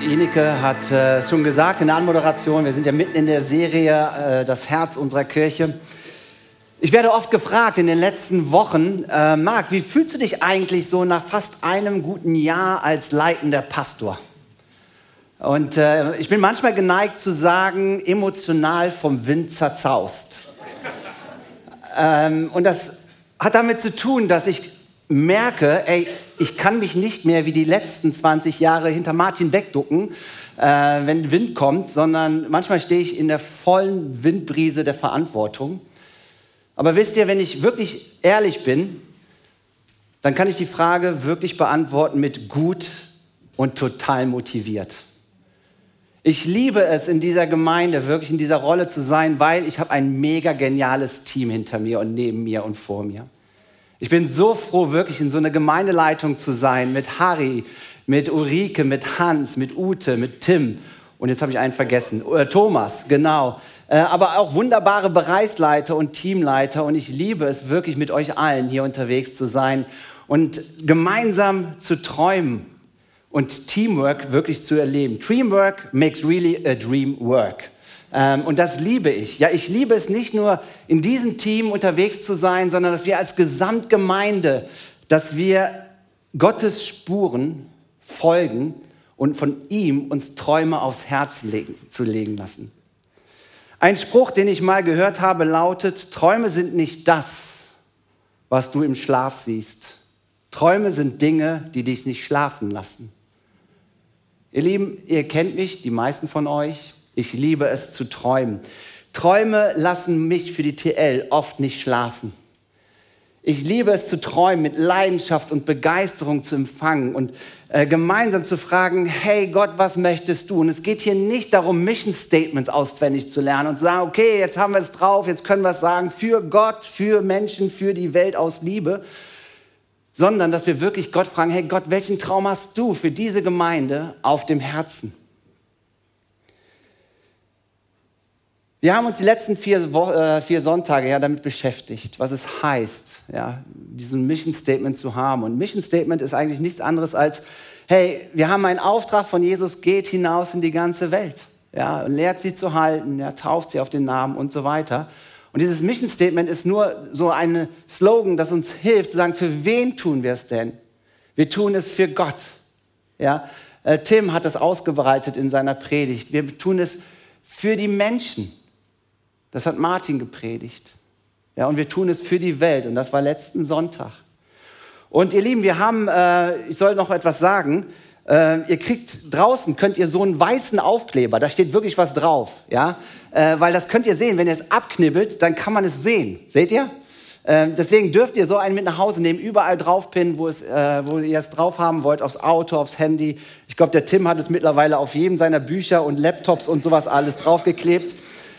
Enike hat es schon gesagt in der Anmoderation, wir sind ja mitten in der Serie Das Herz unserer Kirche. Ich werde oft gefragt in den letzten Wochen, Marc, wie fühlst du dich eigentlich so nach fast einem guten Jahr als leitender Pastor? Und ich bin manchmal geneigt zu sagen, emotional vom Wind zerzaust. Und das hat damit zu tun, dass ich merke, ich kann mich nicht mehr wie die letzten 20 Jahre hinter Martin wegducken, wenn Wind kommt, sondern manchmal stehe ich in der vollen Windbrise der Verantwortung. Aber wisst ihr, wenn ich wirklich ehrlich bin, dann kann ich die Frage wirklich beantworten mit gut und total motiviert. Ich liebe es, in dieser Gemeinde, wirklich in dieser Rolle zu sein, weil ich habe ein mega geniales Team hinter mir und neben mir und vor mir. Ich bin so froh, wirklich in so einer Gemeindeleitung zu sein, mit Harry, mit Ulrike, mit Hans, mit Ute, mit Tim. Und jetzt habe ich einen vergessen, Thomas, genau. Aber auch wunderbare Bereichsleiter und Teamleiter. Und ich liebe es wirklich, mit euch allen hier unterwegs zu sein und gemeinsam zu träumen und Teamwork wirklich zu erleben. Dreamwork makes really a dream work. Und das liebe ich. Ja, ich liebe es nicht nur, in diesem Team unterwegs zu sein, sondern dass wir als Gesamtgemeinde, dass wir Gottes Spuren folgen und von ihm uns Träume aufs Herz legen lassen. Ein Spruch, den ich mal gehört habe, lautet: Träume sind nicht das, was du im Schlaf siehst. Träume sind Dinge, die dich nicht schlafen lassen. Ihr Lieben, ihr kennt mich, die meisten von euch. Ich liebe es zu träumen. Träume lassen mich für die TL oft nicht schlafen. Ich liebe es zu träumen, mit Leidenschaft und Begeisterung zu empfangen und gemeinsam zu fragen, hey Gott, was möchtest du? Und es geht hier nicht darum, Mission Statements auswendig zu lernen und zu sagen, okay, jetzt haben wir es drauf, jetzt können wir es sagen, für Gott, für Menschen, für die Welt aus Liebe, sondern dass wir wirklich Gott fragen, hey Gott, welchen Traum hast du für diese Gemeinde auf dem Herzen? Wir haben uns die letzten vier Sonntage ja damit beschäftigt, was es heißt, ja, diesen Mission Statement zu haben. Und Mission Statement ist eigentlich nichts anderes als, hey, wir haben einen Auftrag von Jesus, geht hinaus in die ganze Welt. Ja, lehrt sie zu halten, ja, tauft sie auf den Namen und so weiter. Und dieses Mission Statement ist nur so ein Slogan, das uns hilft, zu sagen, für wen tun wir es denn? Wir tun es für Gott. Ja, Tim hat das ausgebreitet in seiner Predigt. Wir tun es für die Menschen. Das hat Martin gepredigt. Ja, und wir tun es für die Welt. Und das war letzten Sonntag. Und ihr Lieben, wir haben, ich soll noch etwas sagen, ihr kriegt draußen, könnt ihr so einen weißen Aufkleber, da steht wirklich was drauf. Ja? Weil das könnt ihr sehen, wenn ihr es abknibbelt, dann kann man es sehen. Seht ihr? Deswegen dürft ihr so einen mit nach Hause nehmen, überall draufpinnen, wo ihr es drauf haben wollt, aufs Auto, aufs Handy. Ich glaube, der Tim hat es mittlerweile auf jedem seiner Bücher und Laptops und sowas alles draufgeklebt.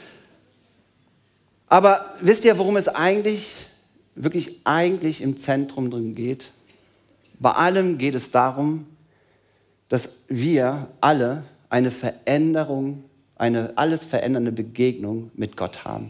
Aber wisst ihr, worum es eigentlich im Zentrum drin geht? Bei allem geht es darum, dass wir alle eine Veränderung, eine alles verändernde Begegnung mit Gott haben.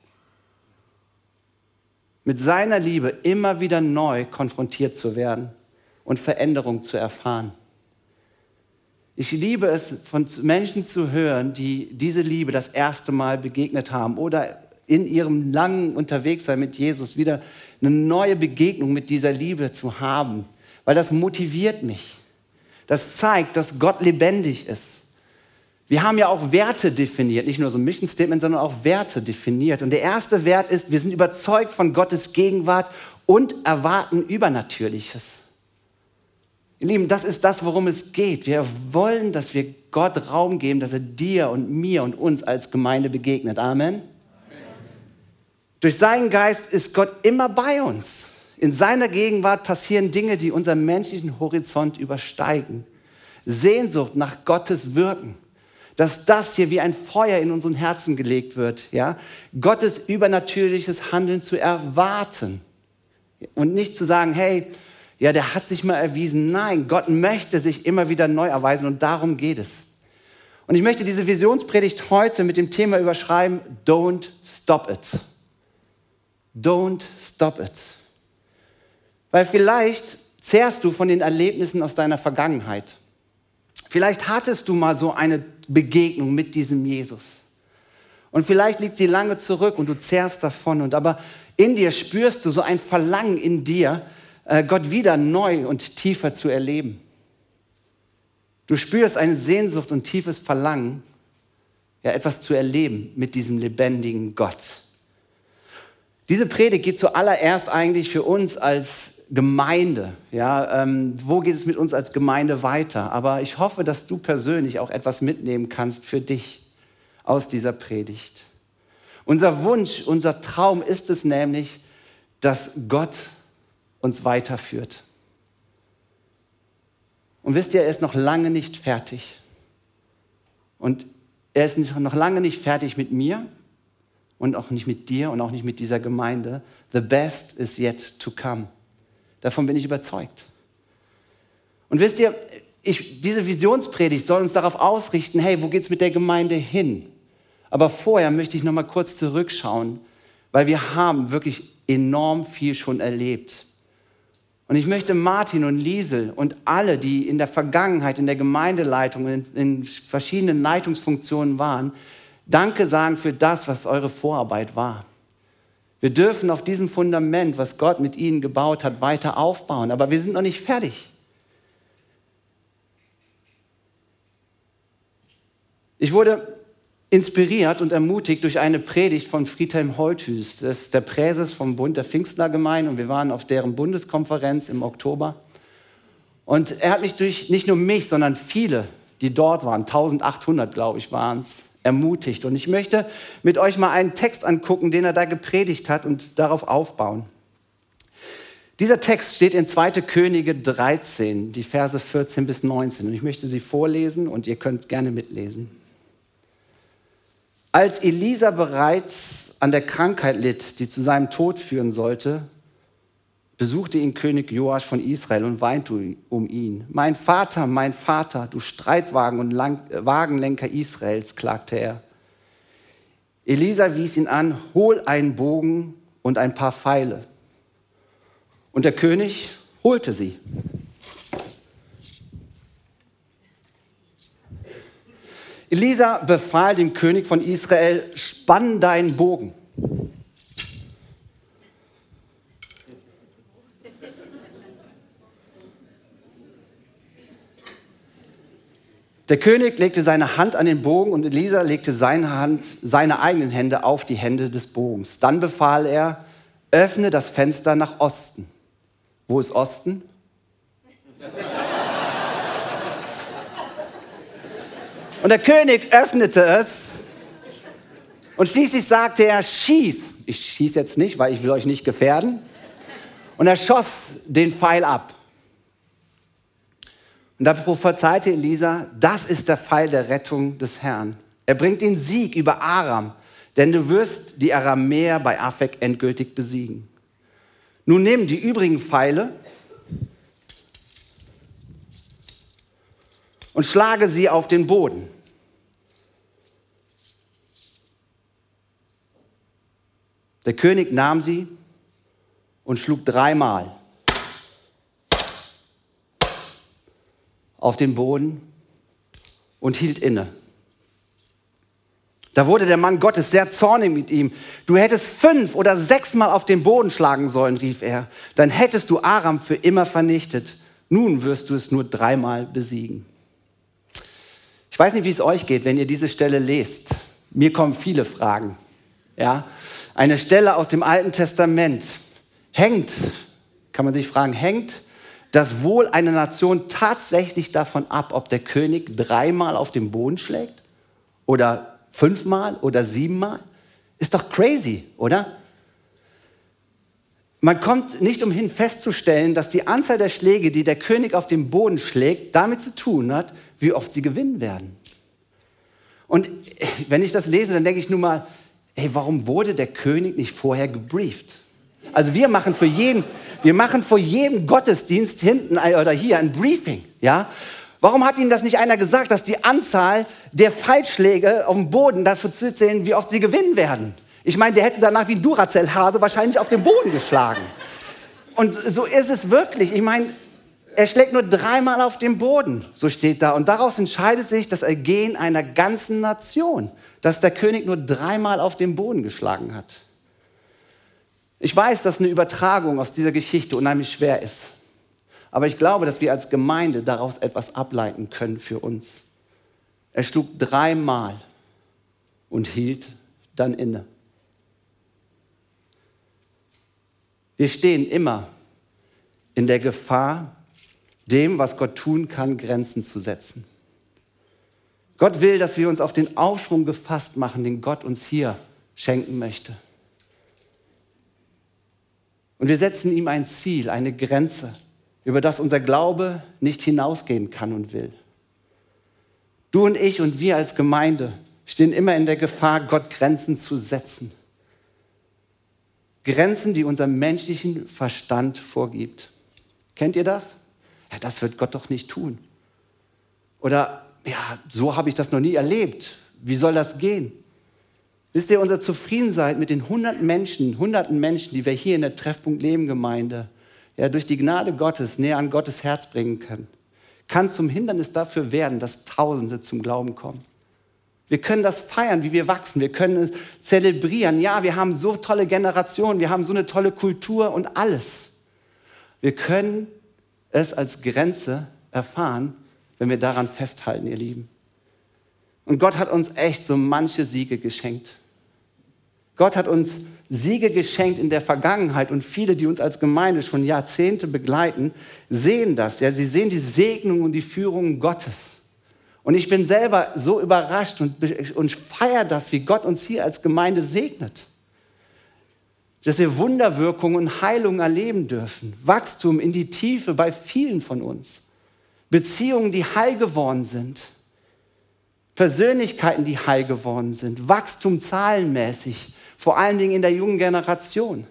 Mit seiner Liebe immer wieder neu konfrontiert zu werden und Veränderung zu erfahren. Ich liebe es, von Menschen zu hören, die diese Liebe das erste Mal begegnet haben oder in ihrem langen Unterwegssein mit Jesus wieder eine neue Begegnung mit dieser Liebe zu haben. Weil das motiviert mich. Das zeigt, dass Gott lebendig ist. Wir haben ja auch Werte definiert, nicht nur so ein Mission Statement, sondern auch Werte definiert. Und der erste Wert ist, wir sind überzeugt von Gottes Gegenwart und erwarten Übernatürliches. Ihr Lieben, das ist das, worum es geht. Wir wollen, dass wir Gott Raum geben, dass er dir und mir und uns als Gemeinde begegnet. Amen. Durch seinen Geist ist Gott immer bei uns. In seiner Gegenwart passieren Dinge, die unseren menschlichen Horizont übersteigen. Sehnsucht nach Gottes Wirken. Dass das hier wie ein Feuer in unseren Herzen gelegt wird. Ja? Gottes übernatürliches Handeln zu erwarten. Und nicht zu sagen, hey, ja, der hat sich mal erwiesen. Nein, Gott möchte sich immer wieder neu erweisen und darum geht es. Und ich möchte diese Visionspredigt heute mit dem Thema überschreiben, Don't Stop It. Don't stop it. Weil vielleicht zehrst du von den Erlebnissen aus deiner Vergangenheit. Vielleicht hattest du mal so eine Begegnung mit diesem Jesus. Und vielleicht liegt sie lange zurück und du zehrst davon. Aber in dir spürst du so ein Verlangen in dir, Gott wieder neu und tiefer zu erleben. Du spürst eine Sehnsucht und tiefes Verlangen, ja, etwas zu erleben mit diesem lebendigen Gott. Diese Predigt geht zuallererst eigentlich für uns als Gemeinde. Ja, wo geht es mit uns als Gemeinde weiter? Aber ich hoffe, dass du persönlich auch etwas mitnehmen kannst für dich aus dieser Predigt. Unser Wunsch, unser Traum ist es nämlich, dass Gott uns weiterführt. Und wisst ihr, er ist noch lange nicht fertig. Und er ist noch lange nicht fertig mit mir und auch nicht mit dir und auch nicht mit dieser Gemeinde. The best is yet to come. Davon bin ich überzeugt. Und wisst ihr, diese Visionspredigt soll uns darauf ausrichten, hey, wo geht's mit der Gemeinde hin? Aber vorher möchte ich noch mal kurz zurückschauen, weil wir haben wirklich enorm viel schon erlebt. Und ich möchte Martin und Liesel und alle, die in der Vergangenheit in der Gemeindeleitung, in verschiedenen Leitungsfunktionen waren, Danke sagen für das, was eure Vorarbeit war. Wir dürfen auf diesem Fundament, was Gott mit ihnen gebaut hat, weiter aufbauen. Aber wir sind noch nicht fertig. Ich wurde inspiriert und ermutigt durch eine Predigt von Friedhelm Holthus. Das ist der Präses vom Bund der Pfingstlergemeinden und wir waren auf deren Bundeskonferenz im Oktober. Und er hat mich nicht nur mich, sondern viele, die dort waren, 1800 glaube ich waren es, ermutigt. Und ich möchte mit euch mal einen Text angucken, den er da gepredigt hat und darauf aufbauen. Dieser Text steht in 2. Könige 13, die Verse 14 bis 19. Und ich möchte sie vorlesen und ihr könnt gerne mitlesen. Als Elisa bereits an der Krankheit litt, die zu seinem Tod führen sollte, besuchte ihn König Joasch von Israel und weinte um ihn. Mein Vater, du Streitwagen und Wagenlenker Israels, klagte er. Elisa wies ihn an, hol einen Bogen und ein paar Pfeile. Und der König holte sie. Elisa befahl dem König von Israel, spann deinen Bogen. Der König legte seine Hand an den Bogen und Elisa legte seine eigenen Hände auf die Hände des Bogens. Dann befahl er, öffne das Fenster nach Osten. Wo ist Osten? Und der König öffnete es und schließlich sagte er, schieß. Ich schieße jetzt nicht, weil ich will euch nicht gefährden. Und er schoss den Pfeil ab. Und da prophezeite Elisa, das ist der Pfeil der Rettung des Herrn. Er bringt den Sieg über Aram, denn du wirst die Aramäer bei Afek endgültig besiegen. Nun nimm die übrigen Pfeile und schlage sie auf den Boden. Der König nahm sie und schlug 3-mal auf den Boden und hielt inne. Da wurde der Mann Gottes sehr zornig mit ihm. Du hättest 5 oder 6-mal auf den Boden schlagen sollen, rief er. Dann hättest du Aram für immer vernichtet. Nun wirst du es nur 3-mal besiegen. Ich weiß nicht, wie es euch geht, wenn ihr diese Stelle lest. Mir kommen viele Fragen. Ja? Eine Stelle aus dem Alten Testament. Kann man sich fragen, hängt das Wohl einer Nation tatsächlich davon ab, ob der König 3-mal auf den Boden schlägt? Oder 5-mal oder 7-mal? Ist doch crazy, oder? Man kommt nicht umhin festzustellen, dass die Anzahl der Schläge, die der König auf den Boden schlägt, damit zu tun hat, wie oft sie gewinnen werden. Und wenn ich das lese, dann denke ich nur mal, hey, warum wurde der König nicht vorher gebrieft? Also wir machen vor jedem Gottesdienst hinten oder hier ein Briefing, ja? Warum hat Ihnen das nicht einer gesagt, dass die Anzahl der Pfeilschläge auf dem Boden dafür zu zählen, wie oft sie gewinnen werden? Ich meine, der hätte danach wie ein Duracell-Hase wahrscheinlich auf den Boden geschlagen. Und so ist es wirklich. Ich meine, Er schlägt nur 3-mal auf den Boden, so steht da. Und daraus entscheidet sich das Ergehen einer ganzen Nation, dass der König nur 3-mal auf den Boden geschlagen hat. Ich weiß, dass eine Übertragung aus dieser Geschichte unheimlich schwer ist. Aber ich glaube, dass wir als Gemeinde daraus etwas ableiten können für uns. Er schlug 3-mal und hielt dann inne. Wir stehen immer in der Gefahr, dem, was Gott tun kann, Grenzen zu setzen. Gott will, dass wir uns auf den Aufschwung gefasst machen, den Gott uns hier schenken möchte. Und wir setzen ihm ein Ziel, eine Grenze, über das unser Glaube nicht hinausgehen kann und will. Du und ich und wir als Gemeinde stehen immer in der Gefahr, Gott Grenzen zu setzen. Grenzen, die unser menschlichen Verstand vorgibt. Kennt ihr das? Ja, das wird Gott doch nicht tun. Oder, ja, so habe ich das noch nie erlebt. Wie soll das gehen? Wisst ihr, unser Zufriedensein mit den hunderten Menschen, die wir hier in der Treffpunkt Leben Gemeinde, ja, durch die Gnade Gottes näher an Gottes Herz bringen können, kann zum Hindernis dafür werden, dass Tausende zum Glauben kommen. Wir können das feiern, wie wir wachsen. Wir können es zelebrieren. Ja, wir haben so tolle Generationen, wir haben so eine tolle Kultur und alles. Wir können es als Grenze erfahren, wenn wir daran festhalten, ihr Lieben. Und Gott hat uns echt so manche Siege geschenkt. Gott hat uns Siege geschenkt in der Vergangenheit und viele, die uns als Gemeinde schon Jahrzehnte begleiten, sehen das. Ja, sie sehen die Segnung und die Führung Gottes. Und ich bin selber so überrascht und feiere das, wie Gott uns hier als Gemeinde segnet. Dass wir Wunderwirkungen und Heilungen erleben dürfen. Wachstum in die Tiefe bei vielen von uns. Beziehungen, die heil geworden sind. Persönlichkeiten, die heil geworden sind. Wachstum zahlenmäßig. Vor allen Dingen in der jungen Generation.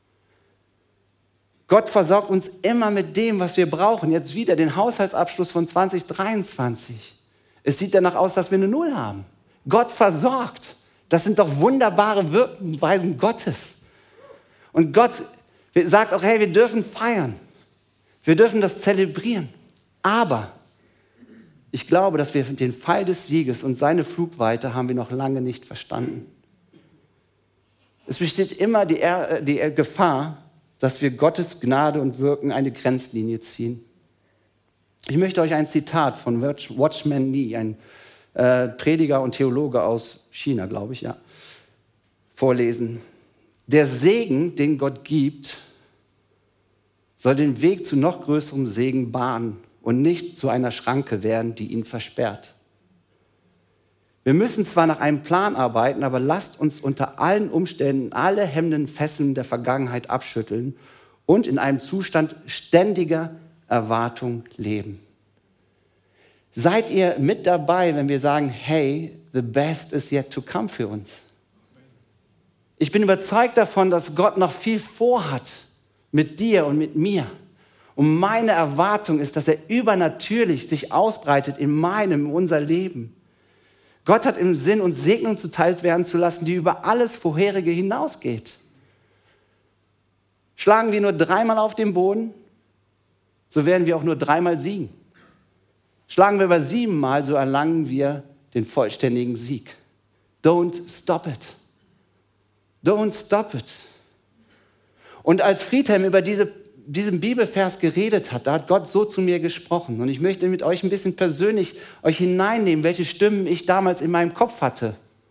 Gott versorgt uns immer mit dem, was wir brauchen. Jetzt wieder den Haushaltsabschluss von 2023. Es sieht danach aus, dass wir eine Null haben. Gott versorgt. Das sind doch wunderbare Wirkweisen Gottes. Und Gott sagt auch, hey, wir dürfen feiern. Wir dürfen das zelebrieren. Aber ich glaube, dass wir den Pfeil des Sieges und seine Flugweite haben wir noch lange nicht verstanden. Es besteht immer die Gefahr, dass wir Gottes Gnade und Wirken eine Grenzlinie ziehen. Ich möchte euch ein Zitat von Watchman Nee, ein Prediger und Theologe aus China, glaube ich, ja, vorlesen. Der Segen, den Gott gibt, soll den Weg zu noch größerem Segen bahnen und nicht zu einer Schranke werden, die ihn versperrt. Wir müssen zwar nach einem Plan arbeiten, aber lasst uns unter allen Umständen alle hemmenden Fesseln der Vergangenheit abschütteln und in einem Zustand ständiger Erwartung leben. Seid ihr mit dabei, wenn wir sagen, hey, the best is yet to come für uns? Ich bin überzeugt davon, dass Gott noch viel vorhat mit dir und mit mir. Und meine Erwartung ist, dass er übernatürlich sich ausbreitet in unser Leben. Gott hat im Sinn, uns Segnung zuteil werden zu lassen, die über alles Vorherige hinausgeht. Schlagen wir nur 3-mal auf den Boden, so werden wir auch nur 3-mal siegen. Schlagen wir aber 7-mal, so erlangen wir den vollständigen Sieg. Don't stop it. Don't stop it. Und als Friedhelm über diesen Bibelvers geredet hat, da hat Gott so zu mir gesprochen. Und ich möchte mit euch ein bisschen persönlich euch hineinnehmen, welche Stimmen ich damals in meinem Kopf hatte.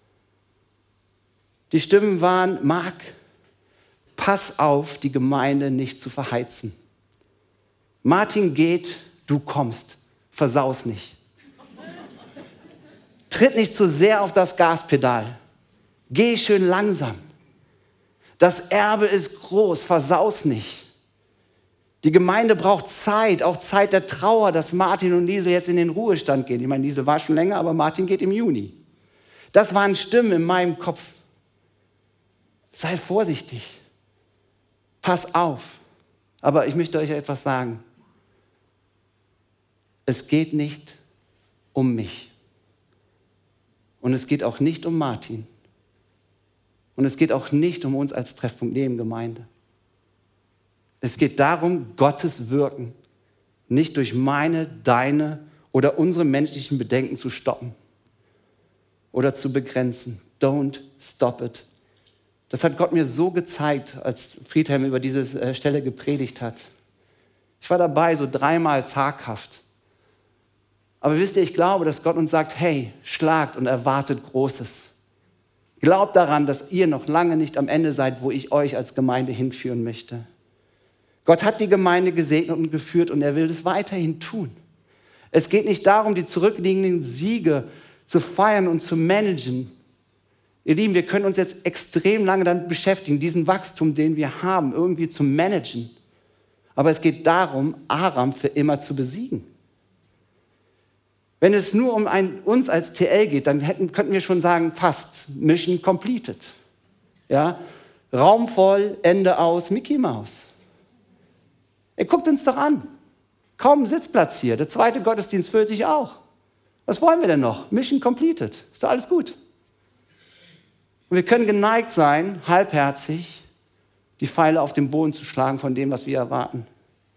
Die Stimmen waren, Marc, pass auf, die Gemeinde nicht zu verheizen. Martin geht, du kommst, versaus nicht. Tritt nicht zu sehr auf das Gaspedal. Geh schön langsam. Das Erbe ist groß, versaus nicht. Die Gemeinde braucht Zeit, auch Zeit der Trauer, dass Martin und Liesel jetzt in den Ruhestand gehen. Ich meine, Liesel war schon länger, aber Martin geht im Juni. Das waren Stimmen in meinem Kopf. Sei vorsichtig. Pass auf. Aber ich möchte euch etwas sagen. Es geht nicht um mich. Und es geht auch nicht um Martin. Und es geht auch nicht um uns als Treffpunkt Leben Gemeinde. Es geht darum, Gottes Wirken nicht durch meine, deine oder unsere menschlichen Bedenken zu stoppen oder zu begrenzen. Don't stop it. Das hat Gott mir so gezeigt, als Friedhelm über diese Stelle gepredigt hat. Ich war dabei, so 3-mal zaghaft. Aber wisst ihr, ich glaube, dass Gott uns sagt, hey, schlagt und erwartet Großes. Glaubt daran, dass ihr noch lange nicht am Ende seid, wo ich euch als Gemeinde hinführen möchte. Gott hat die Gemeinde gesegnet und geführt und er will es weiterhin tun. Es geht nicht darum, die zurückliegenden Siege zu feiern und zu managen. Ihr Lieben, wir können uns jetzt extrem lange damit beschäftigen, diesen Wachstum, den wir haben, irgendwie zu managen. Aber es geht darum, Aram für immer zu besiegen. Wenn es nur um uns als TL geht, dann könnten wir schon sagen, fast Mission completed. Ja? Raum voll, Ende aus, Mickey Mouse. Guckt uns doch an. Kaum ein Sitzplatz hier. Der zweite Gottesdienst füllt sich auch. Was wollen wir denn noch? Mission completed. Ist doch alles gut. Und wir können geneigt sein, halbherzig die Pfeile auf den Boden zu schlagen von dem, was wir erwarten.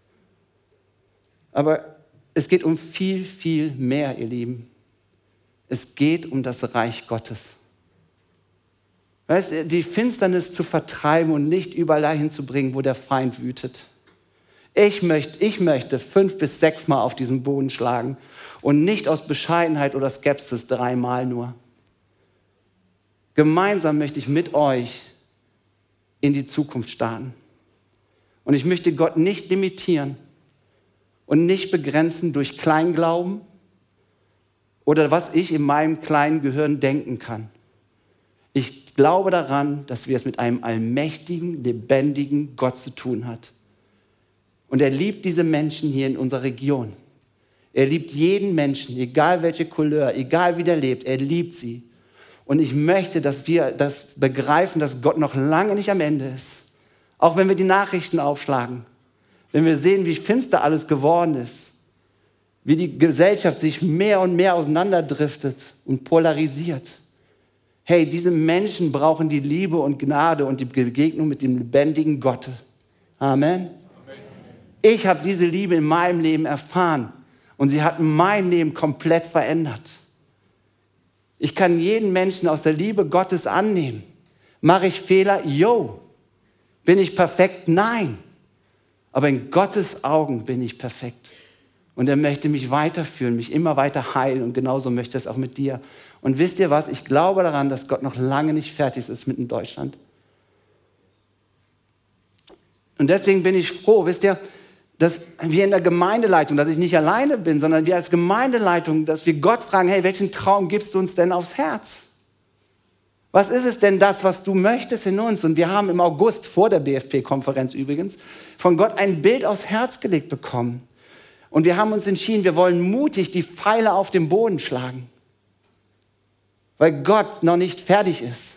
Aber es geht um viel, viel mehr, ihr Lieben. Es geht um das Reich Gottes. Weißt du, die Finsternis zu vertreiben und nicht überall dahin zu bringen, wo der Feind wütet. Ich möchte 5 bis 6 Mal auf diesen Boden schlagen und nicht aus Bescheidenheit oder Skepsis 3 Mal nur. Gemeinsam möchte ich mit euch in die Zukunft starten. Und ich möchte Gott nicht limitieren und nicht begrenzen durch Kleinglauben oder was ich in meinem kleinen Gehirn denken kann. Ich glaube daran, dass wir es mit einem allmächtigen, lebendigen Gott zu tun haben. Und er liebt diese Menschen hier in unserer Region. Er liebt jeden Menschen, egal welche Couleur, egal wie der lebt, er liebt sie. Und ich möchte, dass wir das begreifen, dass Gott noch lange nicht am Ende ist. Auch wenn wir die Nachrichten aufschlagen, wenn wir sehen, wie finster alles geworden ist, wie die Gesellschaft sich mehr und mehr auseinanderdriftet und polarisiert. Hey, diese Menschen brauchen die Liebe und Gnade und die Begegnung mit dem lebendigen Gott. Amen. Ich habe diese Liebe in meinem Leben erfahren und sie hat mein Leben komplett verändert. Ich kann jeden Menschen aus der Liebe Gottes annehmen. Mache ich Fehler? Jo. Bin ich perfekt? Nein. Aber in Gottes Augen bin ich perfekt. Und er möchte mich weiterführen, mich immer weiter heilen und genauso möchte er es auch mit dir. Und wisst ihr was? Ich glaube daran, dass Gott noch lange nicht fertig ist mit Deutschland. Und deswegen bin ich froh, wisst ihr, dass wir in der Gemeindeleitung, dass ich nicht alleine bin, sondern wir als Gemeindeleitung, dass wir Gott fragen, hey, welchen Traum gibst du uns denn aufs Herz? Was ist es denn das, was du möchtest in uns? Und wir haben im August, vor der BFP-Konferenz übrigens, von Gott ein Bild aufs Herz gelegt bekommen. Und wir haben uns entschieden, wir wollen mutig die Pfeile auf den Boden schlagen. Weil Gott noch nicht fertig ist.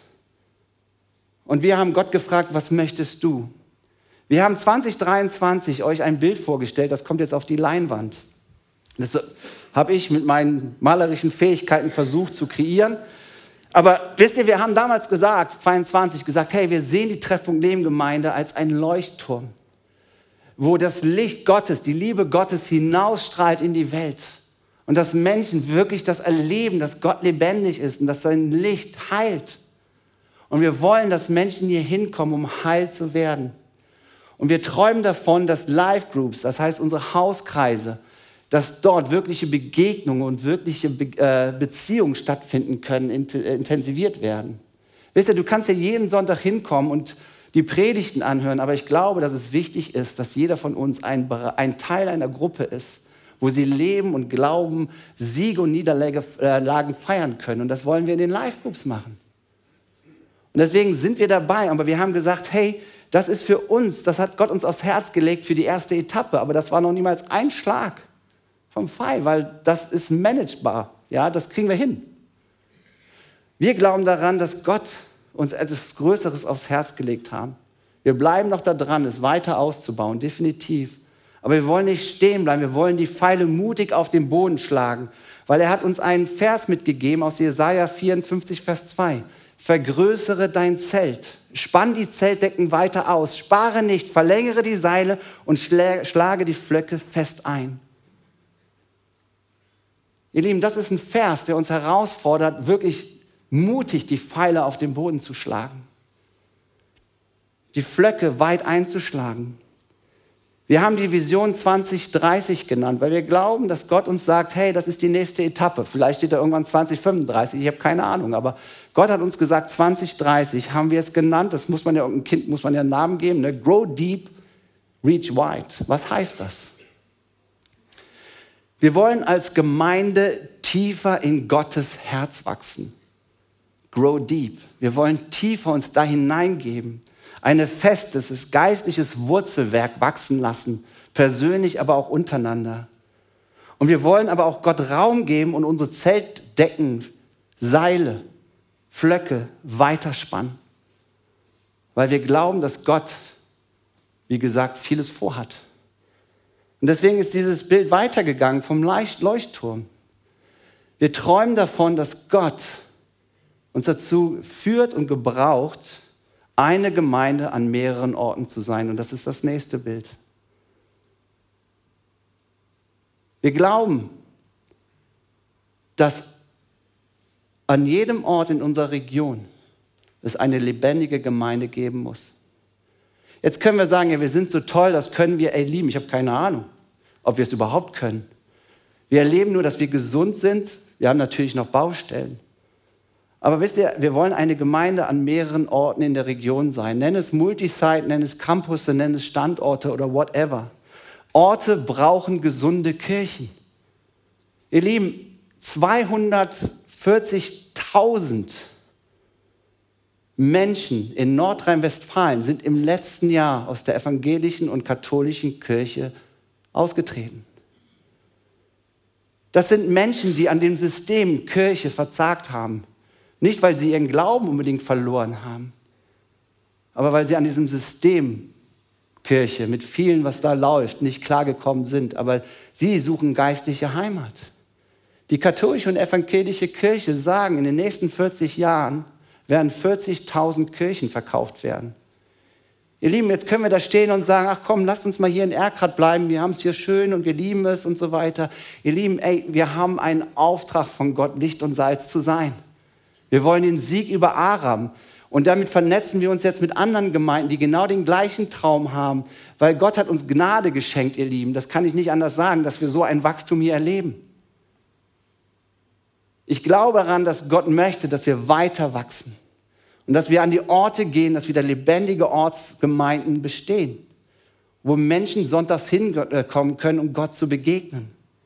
Und wir haben Gott gefragt, was möchtest du? Wir haben 2023 euch ein Bild vorgestellt, das kommt jetzt auf die Leinwand. Das habe ich mit meinen malerischen Fähigkeiten versucht zu kreieren. Aber wisst ihr, wir haben damals gesagt, 22 gesagt, hey, wir sehen die Treffpunkt Leben Gemeinde als einen Leuchtturm, wo das Licht Gottes, die Liebe Gottes hinausstrahlt in die Welt. Und dass Menschen wirklich das erleben, dass Gott lebendig ist und dass sein Licht heilt. Und wir wollen, dass Menschen hier hinkommen, um heil zu werden. Und wir träumen davon, dass Life Groups, das heißt unsere Hauskreise, dass dort wirkliche Begegnungen und wirkliche Beziehungen stattfinden können, intensiviert werden. Wisst ihr, du kannst ja jeden Sonntag hinkommen und die Predigten anhören, aber ich glaube, dass es wichtig ist, dass jeder von uns ein Teil einer Gruppe ist, wo sie leben und glauben, Siege und Niederlagen feiern können. Und das wollen wir in den Life Groups machen. Und deswegen sind wir dabei, aber wir haben gesagt, hey, das ist für uns, das hat Gott uns aufs Herz gelegt für die erste Etappe, aber das war noch niemals ein Schlag vom Pfeil, weil das ist managebar, ja, das kriegen wir hin. Wir glauben daran, dass Gott uns etwas Größeres aufs Herz gelegt hat. Wir bleiben noch da dran, es weiter auszubauen, definitiv. Aber wir wollen nicht stehen bleiben, wir wollen die Pfeile mutig auf den Boden schlagen, weil er hat uns einen Vers mitgegeben aus Jesaja 54, Vers 2. Vergrößere dein Zelt, spann die Zeltdecken weiter aus, spare nicht, verlängere die Seile und schlage die Flöcke fest ein. Ihr Lieben, das ist ein Vers, der uns herausfordert, wirklich mutig die Pfeile auf den Boden zu schlagen. Die Flöcke weit einzuschlagen. Wir haben die Vision 2030 genannt, weil wir glauben, dass Gott uns sagt, hey, das ist die nächste Etappe. Vielleicht steht da irgendwann 2035, ich habe keine Ahnung. Aber Gott hat uns gesagt, 2030 haben wir es genannt. Das muss man ja, irgendeinem Kind muss man ja einen Namen geben. Ne? Grow deep, reach wide. Was heißt das? Wir wollen als Gemeinde tiefer in Gottes Herz wachsen. Grow deep. Wir wollen tiefer uns da hineingeben. Ein festes, geistliches Wurzelwerk wachsen lassen. Persönlich, aber auch untereinander. Und wir wollen aber auch Gott Raum geben und unsere Zeltdecken, Seile, Flöcke weiterspannen. Weil wir glauben, dass Gott, wie gesagt, vieles vorhat. Und deswegen ist dieses Bild weitergegangen vom Leuchtturm. Wir träumen davon, dass Gott uns dazu führt und gebraucht, eine Gemeinde an mehreren Orten zu sein. Und das ist das nächste Bild. Wir glauben, dass an jedem Ort in unserer Region es eine lebendige Gemeinde geben muss. Jetzt können wir sagen, ja, wir sind so toll, das können wir lieben. Ich habe keine Ahnung, ob wir es überhaupt können. Wir erleben nur, dass wir gesund sind. Wir haben natürlich noch Baustellen. Aber wisst ihr, wir wollen eine Gemeinde an mehreren Orten in der Region sein. Nenn es Multisite, nenn es Campus, nenn es Standorte oder whatever. Orte brauchen gesunde Kirchen. Ihr Lieben, 240.000 Menschen in Nordrhein-Westfalen sind im letzten Jahr aus der evangelischen und katholischen Kirche ausgetreten. Das sind Menschen, die an dem System Kirche versagt haben. Nicht, weil sie ihren Glauben unbedingt verloren haben, aber weil sie an diesem System Kirche mit vielen, was da läuft, nicht klargekommen sind. Aber sie suchen geistliche Heimat. Die katholische und evangelische Kirche sagen, in den nächsten 40 Jahren werden 40.000 Kirchen verkauft werden. Ihr Lieben, jetzt können wir da stehen und sagen, ach komm, lasst uns mal hier in Erkrath bleiben, wir haben es hier schön und wir lieben es und so weiter. Ihr Lieben, wir haben einen Auftrag von Gott, Licht und Salz zu sein. Wir wollen den Sieg über Aram. Und damit vernetzen wir uns jetzt mit anderen Gemeinden, die genau den gleichen Traum haben, weil Gott hat uns Gnade geschenkt, ihr Lieben. Das kann ich nicht anders sagen, dass wir so ein Wachstum hier erleben. Ich glaube daran, dass Gott möchte, dass wir weiter wachsen und dass wir an die Orte gehen, dass wieder lebendige Ortsgemeinden bestehen, wo Menschen sonntags hinkommen können, um Gott zu begegnen.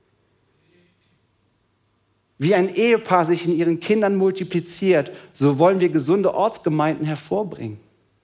Wie ein Ehepaar sich in ihren Kindern multipliziert, so wollen wir gesunde Ortsgemeinden hervorbringen.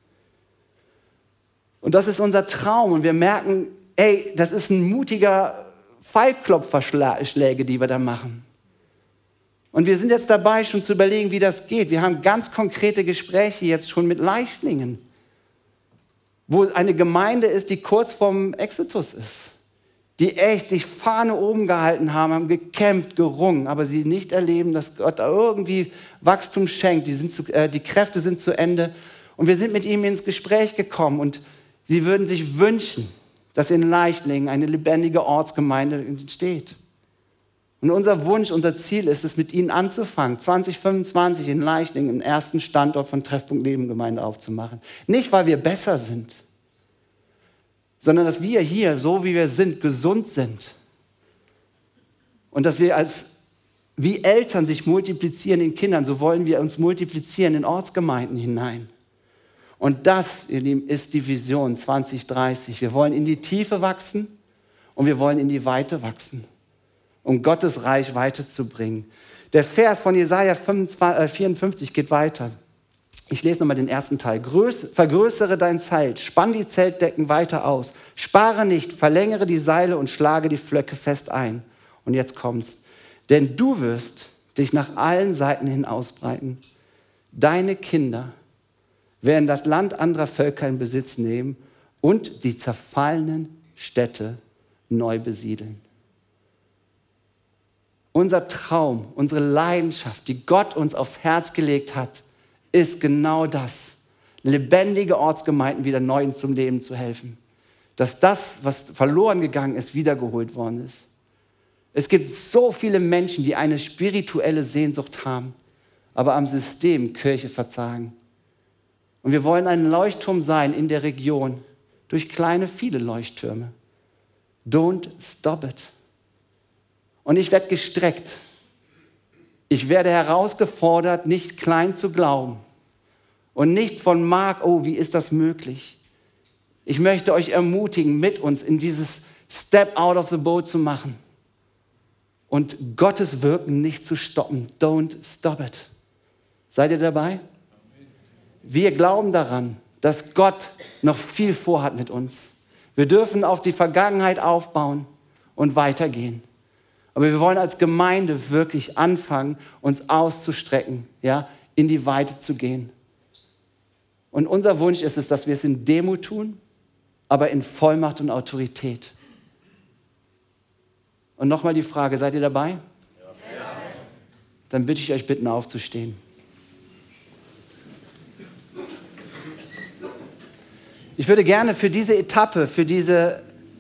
Und das ist unser Traum. Und wir merken, das ist ein mutiger Pfeilklopferschläge, die wir da machen. Und wir sind jetzt dabei, schon zu überlegen, wie das geht. Wir haben ganz konkrete Gespräche jetzt schon mit Leichtlingen, wo eine Gemeinde ist, die kurz vorm Exitus ist. Die echt die Fahne oben gehalten haben, haben gekämpft, gerungen, aber sie nicht erleben, dass Gott irgendwie Wachstum schenkt. Die Kräfte sind zu Ende. Und wir sind mit ihm ins Gespräch gekommen und sie würden sich wünschen, dass in Leichtlingen eine lebendige Ortsgemeinde entsteht. Und unser Wunsch, unser Ziel ist es, mit ihnen anzufangen, 2025 in Leichtlingen einen ersten Standort von Treffpunkt Lebengemeinde aufzumachen. Nicht, weil wir besser sind, sondern dass wir hier, so wie wir sind, gesund sind. Und dass wir wie Eltern sich multiplizieren in Kindern, so wollen wir uns multiplizieren in Ortsgemeinden hinein. Und das, ihr Lieben, ist die Vision 2030. Wir wollen in die Tiefe wachsen und wir wollen in die Weite wachsen, um Gottes Reich weiterzubringen. Der Vers von Jesaja 54 geht weiter. Ich lese nochmal den ersten Teil. Vergrößere dein Zelt, spann die Zeltdecken weiter aus, spare nicht, verlängere die Seile und schlage die Flöcke fest ein. Und jetzt kommt's. Denn du wirst dich nach allen Seiten hin ausbreiten. Deine Kinder werden das Land anderer Völker in Besitz nehmen und die zerfallenen Städte neu besiedeln. Unser Traum, unsere Leidenschaft, die Gott uns aufs Herz gelegt hat, ist genau das. Lebendige Ortsgemeinden wieder neu zum Leben zu helfen. Dass das, was verloren gegangen ist, wiedergeholt worden ist. Es gibt so viele Menschen, die eine spirituelle Sehnsucht haben, aber am System Kirche verzagen. Und wir wollen ein Leuchtturm sein in der Region durch kleine, viele Leuchttürme. Don't stop it. Und ich werde gestreckt. Ich werde herausgefordert, nicht klein zu glauben und nicht von Mark, oh, wie ist das möglich? Ich möchte euch ermutigen, mit uns in dieses Step out of the boat zu machen und Gottes Wirken nicht zu stoppen. Don't stop it. Seid ihr dabei? Wir glauben daran, dass Gott noch viel vorhat mit uns. Wir dürfen auf die Vergangenheit aufbauen und weitergehen. Aber wir wollen als Gemeinde wirklich anfangen, uns auszustrecken, ja, in die Weite zu gehen. Und unser Wunsch ist es, dass wir es in Demut tun, aber in Vollmacht und Autorität. Und nochmal die Frage, seid ihr dabei? Ja. Dann bitte ich euch bitten, aufzustehen. Ich würde gerne für diese Etappe, für diesen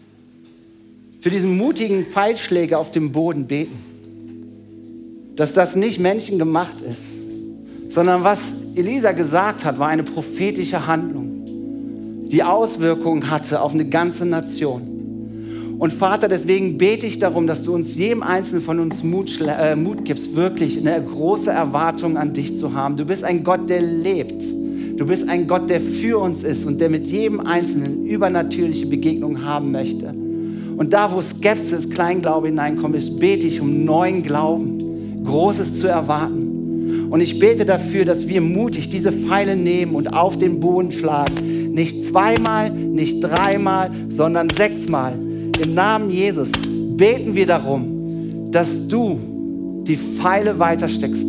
mutigen Pfeilschläger auf dem Boden beten. Dass das nicht menschengemacht ist, sondern was Elisa gesagt hat, war eine prophetische Handlung, die Auswirkungen hatte auf eine ganze Nation. Und Vater, deswegen bete ich darum, dass du uns, jedem Einzelnen von uns Mut gibst, wirklich eine große Erwartung an dich zu haben. Du bist ein Gott, der lebt. Du bist ein Gott, der für uns ist und der mit jedem Einzelnen übernatürliche Begegnungen haben möchte. Und da, wo Skepsis, Kleinglaube hineinkommt, bete ich um neuen Glauben, Großes zu erwarten. Und ich bete dafür, dass wir mutig diese Pfeile nehmen und auf den Boden schlagen. Nicht zweimal, nicht dreimal, sondern 6-mal. Im Namen Jesus beten wir darum, dass du die Pfeile weitersteckst.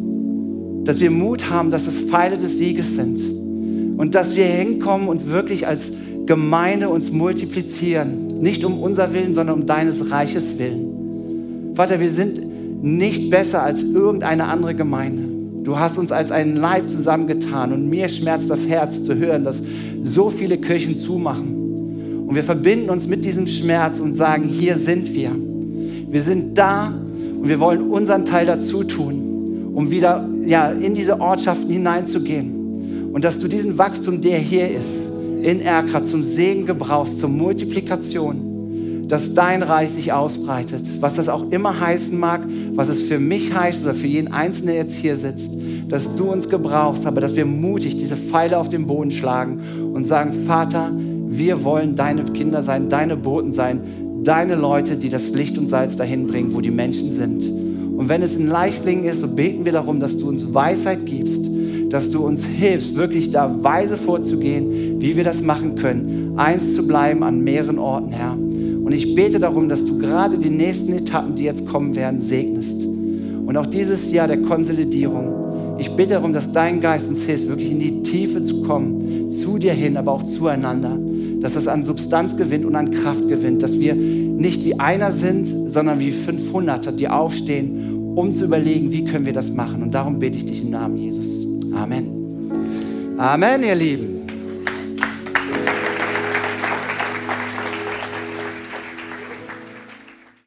Dass wir Mut haben, dass es Pfeile des Sieges sind. Und dass wir hinkommen und wirklich als Gemeinde uns multiplizieren. Nicht um unser Willen, sondern um deines Reiches Willen. Vater, wir sind nicht besser als irgendeine andere Gemeinde. Du hast uns als einen Leib zusammengetan und mir schmerzt das Herz zu hören, dass so viele Kirchen zumachen. Und wir verbinden uns mit diesem Schmerz und sagen, hier sind wir. Wir sind da und wir wollen unseren Teil dazu tun, um wieder in diese Ortschaften hineinzugehen. Und dass du diesen Wachstum, der hier ist, in Erkra zum Segen gebrauchst, zur Multiplikation, dass dein Reich sich ausbreitet. Was das auch immer heißen mag, was es für mich heißt oder für jeden Einzelnen, der jetzt hier sitzt, dass du uns gebrauchst, aber dass wir mutig diese Pfeile auf den Boden schlagen und sagen, Vater, wir wollen deine Kinder sein, deine Boten sein, deine Leute, die das Licht und Salz dahin bringen, wo die Menschen sind. Und wenn es ein Leichtling ist, so beten wir darum, dass du uns Weisheit gibst, dass du uns hilfst, wirklich da weise vorzugehen, wie wir das machen können, eins zu bleiben an mehreren Orten, Herr. Und ich bete darum, dass du gerade die nächsten Etappen, die jetzt kommen werden, segnest. Und auch dieses Jahr der Konsolidierung. Ich bitte darum, dass dein Geist uns hilft, wirklich in die Tiefe zu kommen, zu dir hin, aber auch zueinander. Dass das an Substanz gewinnt und an Kraft gewinnt. Dass wir nicht wie einer sind, sondern wie 500er, die aufstehen, um zu überlegen, wie können wir das machen. Und darum bete ich dich im Namen Jesus. Amen. Amen, ihr Lieben.